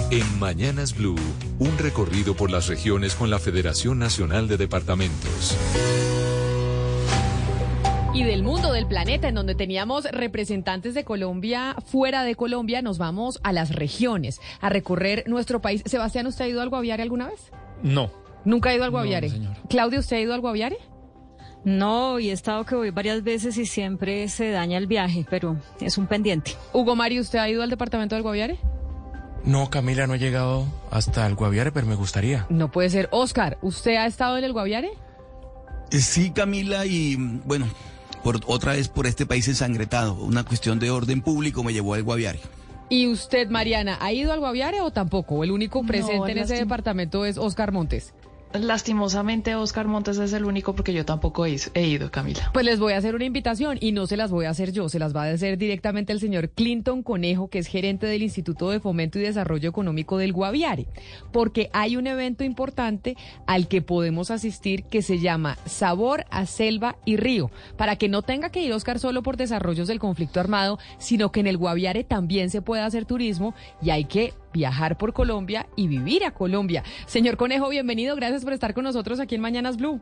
En Mañanas Blue, un recorrido por las regiones con la Federación Nacional de Departamentos. Y del mundo, del planeta, en donde teníamos representantes de Colombia, fuera de Colombia, nos vamos a las regiones, a recorrer nuestro país. Sebastián, ¿usted ha ido al Guaviare alguna vez? No. ¿Nunca ha ido al Guaviare? No, señor. Claudia, ¿usted ha ido al Guaviare? No, y he estado que voy varias veces y siempre se daña el viaje, pero es un pendiente. Hugo Mario, ¿usted ha ido al departamento del Guaviare? No, Camila, no he llegado hasta el Guaviare, pero me gustaría. No puede ser. Oscar, ¿usted ha estado en el Guaviare? Sí, Camila, y bueno, otra vez por este país ensangretado. Una cuestión de orden público me llevó al Guaviare. ¿Y usted, Mariana, ha ido al Guaviare o tampoco? El único presente en ese departamento es Oscar Montes. Lastimosamente, Oscar Montes es el único porque yo tampoco he ido, Camila. Pues les voy a hacer una invitación y no se las voy a hacer yo, se las va a hacer directamente el señor Clinton Conejo, que es gerente del Instituto de Fomento y Desarrollo Económico del Guaviare, porque hay un evento importante al que podemos asistir que se llama Sabor a Selva y Río, para que no tenga que ir Oscar solo por desarrollos del conflicto armado, sino que en el Guaviare también se puede hacer turismo y hay que viajar por Colombia y vivir a Colombia. Señor Conejo, bienvenido, gracias por estar con nosotros aquí en Mañanas Blue.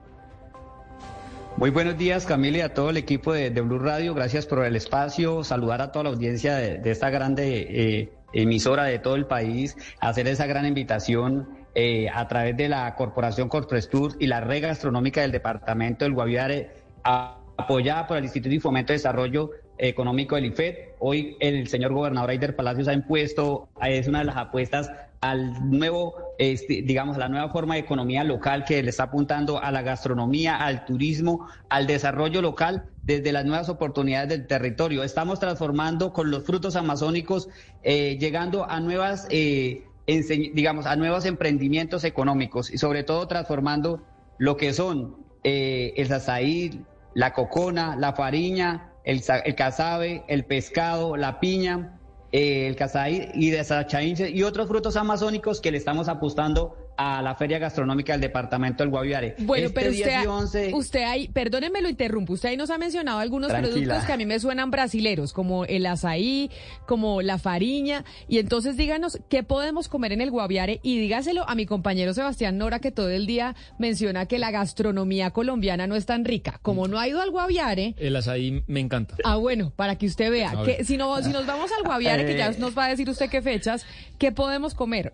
Muy buenos días, Camila, y a todo el equipo de Blue Radio, gracias por el espacio, saludar a toda la audiencia de esta grande emisora de todo el país, hacer esa gran invitación a través de la Corporación Corprestur y la red gastronómica del departamento del Guaviare, apoyada por el Instituto de Fomento y Desarrollo Económico del IFED. Hoy el señor gobernador Eider Palacios ha impuesto, es una de las apuestas al nuevo, digamos, a la nueva forma de economía local que le está apuntando a la gastronomía, al turismo, al desarrollo local desde las nuevas oportunidades del territorio. Estamos transformando con los frutos amazónicos, llegando a nuevas, digamos, a nuevos emprendimientos económicos y sobre todo transformando lo que son el azaí, la cocona, la fariña, el casabe, el pescado, la piña, el casaí y desachaínse y otros frutos amazónicos que le estamos apostando a la Feria Gastronómica del Departamento del Guaviare. Bueno, pero usted ahí, perdónenme lo interrumpo, usted ahí nos ha mencionado algunos productos que a mí me suenan brasileros, como el azaí, como la fariña, y entonces díganos qué podemos comer en el Guaviare y dígaselo a mi compañero Sebastián Nora, que todo el día menciona que la gastronomía colombiana no es tan rica. Como no ha ido al Guaviare... El azaí me encanta. Ah, bueno, para que usted vea, que si nos vamos al Guaviare, que ya nos va a decir usted qué fechas, ¿qué podemos comer?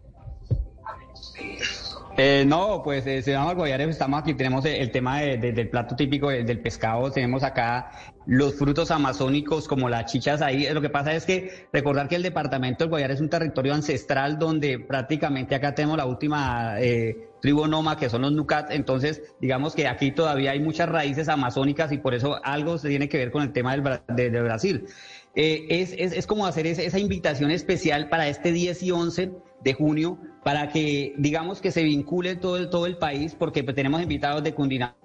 No, pues se llama Guaviare, estamos aquí, tenemos el tema del plato típico del pescado, tenemos acá los frutos amazónicos como las chichas ahí. Lo que pasa es que recordar que el departamento del Guaviare es un territorio ancestral donde prácticamente acá tenemos la última tribu noma que son los Nucat, entonces digamos que aquí todavía hay muchas raíces amazónicas y por eso algo se tiene que ver con el tema de Brasil. Es como hacer esa invitación especial para este 10 y 11 de junio, para que digamos que se vincule todo el país, porque tenemos invitados de Cundinamarca,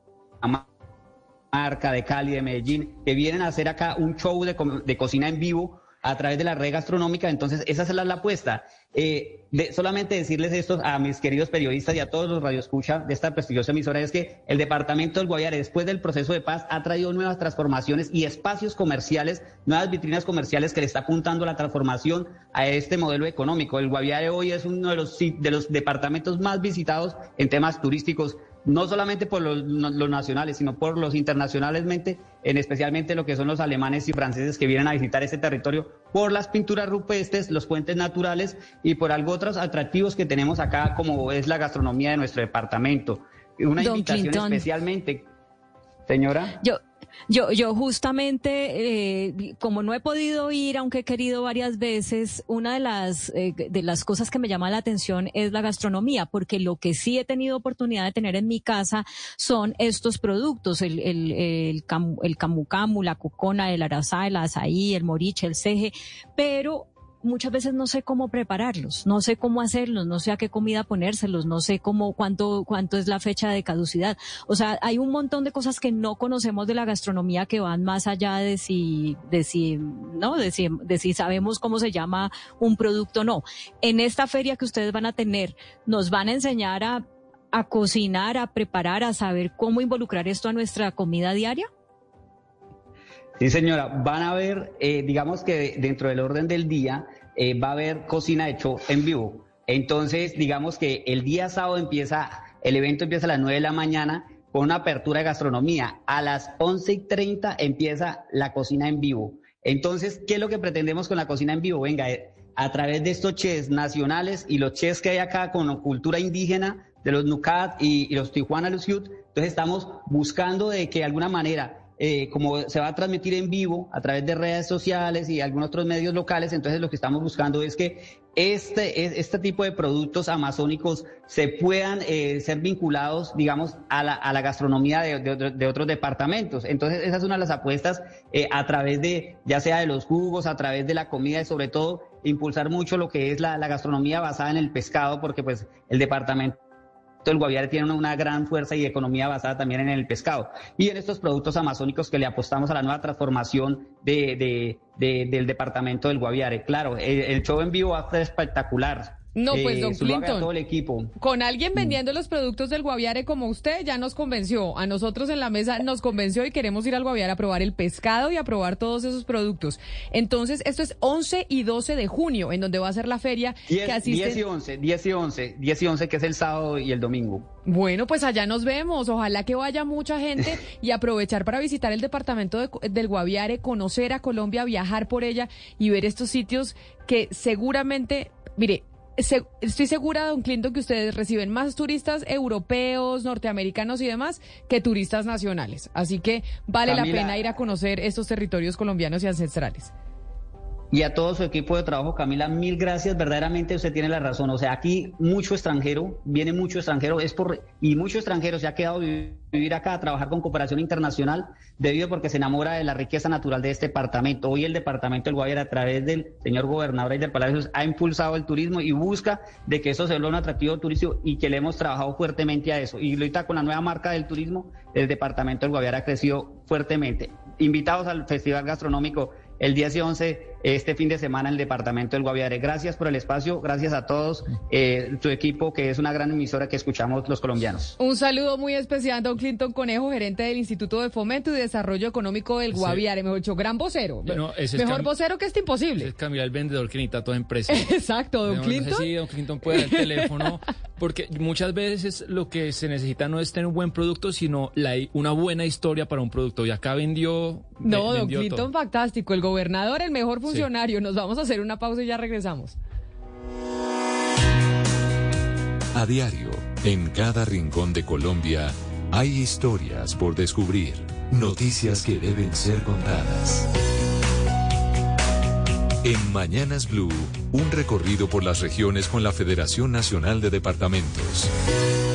de Cali, de Medellín, que vienen a hacer acá un show de cocina en vivo a través de la red gastronómica. Entonces esa es la apuesta. Solamente decirles esto a mis queridos periodistas y a todos los radioescuchas de esta prestigiosa emisora, es que el departamento del Guaviare, después del proceso de paz, ha traído nuevas transformaciones y espacios comerciales, nuevas vitrinas comerciales que le está apuntando a la transformación a este modelo económico. El Guaviare hoy es uno de los departamentos más visitados en temas turísticos, no solamente por los nacionales, sino por los internacionalmente, especialmente lo que son los alemanes y franceses que vienen a visitar este territorio por las pinturas rupestres, los puentes naturales y por algo otros atractivos que tenemos acá, como es la gastronomía de nuestro departamento. Una Don invitación Clinton. Especialmente, señora. Yo justamente, como no he podido ir, aunque he querido varias veces, una de las cosas que me llama la atención es la gastronomía, porque lo que sí he tenido oportunidad de tener en mi casa son estos productos, el camu camu, la cocona, el arazá, el azaí, el moriche, el ceje, pero muchas veces no sé cómo prepararlos, no sé cómo hacerlos, no sé a qué comida ponérselos, no sé cuánto es la fecha de caducidad. O sea, hay un montón de cosas que no conocemos de la gastronomía que van más allá de si sabemos cómo se llama un producto o no. En esta feria que ustedes van a tener, ¿nos van a enseñar a cocinar, a preparar, a saber cómo involucrar esto a nuestra comida diaria? Sí, señora, van a ver, digamos que dentro del orden del día va a haber cocina de show en vivo. Entonces, digamos que el día sábado el evento empieza a las 9 de la mañana con una apertura de gastronomía. A las 11:30 empieza la cocina en vivo. Entonces, ¿qué es lo que pretendemos con la cocina en vivo? Venga, a través de estos chefs nacionales y los chefs que hay acá con cultura indígena, de los Nucat y los Tijuana Lusiut, entonces estamos buscando de que de alguna manera, como se va a transmitir en vivo a través de redes sociales y algunos otros medios locales, entonces lo que estamos buscando es que este tipo de productos amazónicos se puedan ser vinculados, digamos, a la gastronomía de otros departamentos. Entonces esa es una de las apuestas a través de, ya sea de los jugos, a través de la comida y sobre todo impulsar mucho lo que es la gastronomía basada en el pescado, porque pues el departamento el Guaviare tiene una gran fuerza y economía basada también en el pescado y en estos productos amazónicos que le apostamos a la nueva transformación del departamento del Guaviare. Claro, el show en vivo va a ser espectacular. No, pues don Clinton, todo el equipo. Con alguien vendiendo los productos del Guaviare como usted ya nos convenció. A nosotros en la mesa nos convenció y queremos ir al Guaviare a probar el pescado y a probar todos esos productos. Entonces, esto es 11 y 12 de junio, en donde va a ser la feria que asiste... 10 y 11, que es el sábado y el domingo. Bueno, pues allá nos vemos. Ojalá que vaya mucha gente y aprovechar para visitar el departamento del Guaviare, conocer a Colombia, viajar por ella y ver estos sitios que seguramente, mire, estoy segura, don Clinton, que ustedes reciben más turistas europeos, norteamericanos y demás que turistas nacionales. Así que vale la pena ir a conocer estos territorios colombianos y ancestrales. Y a todo su equipo de trabajo, Camila, mil gracias, verdaderamente usted tiene la razón. O sea, aquí viene mucho extranjero, y mucho extranjero se ha quedado a vivir acá, a trabajar con cooperación internacional, debido porque se enamora de la riqueza natural de este departamento. Hoy el departamento del Guaviare, a través del señor gobernador Eider Palacios, ha impulsado el turismo y busca de que eso se vuelva un atractivo turístico y que le hemos trabajado fuertemente a eso. Y ahorita con la nueva marca del turismo, el departamento del Guaviare ha crecido fuertemente. Invitados al Festival Gastronómico el 10 y 11 este fin de semana en el departamento del Guaviare. Gracias por el espacio, gracias a todos, su equipo, que es una gran emisora que escuchamos los colombianos. Un saludo muy especial, don Clinton Conejo, gerente del Instituto de Fomento y Desarrollo Económico del Guaviare. Mejor dicho, gran vocero. No, mejor vocero que este imposible. Es Camila, el vendedor que necesita toda empresa. Exacto, don Clinton. No sé si don Clinton puede dar el teléfono, porque muchas veces lo que se necesita no es tener un buen producto, sino una buena historia para un producto. Y acá vendió... No, don Clinton, todo. Fantástico. El gobernador, el mejor funcionario. Sí. Nos vamos a hacer una pausa y ya regresamos. A diario, en cada rincón de Colombia, hay historias por descubrir, noticias que deben ser contadas. En Mañanas Blue, un recorrido por las regiones con la Federación Nacional de Departamentos.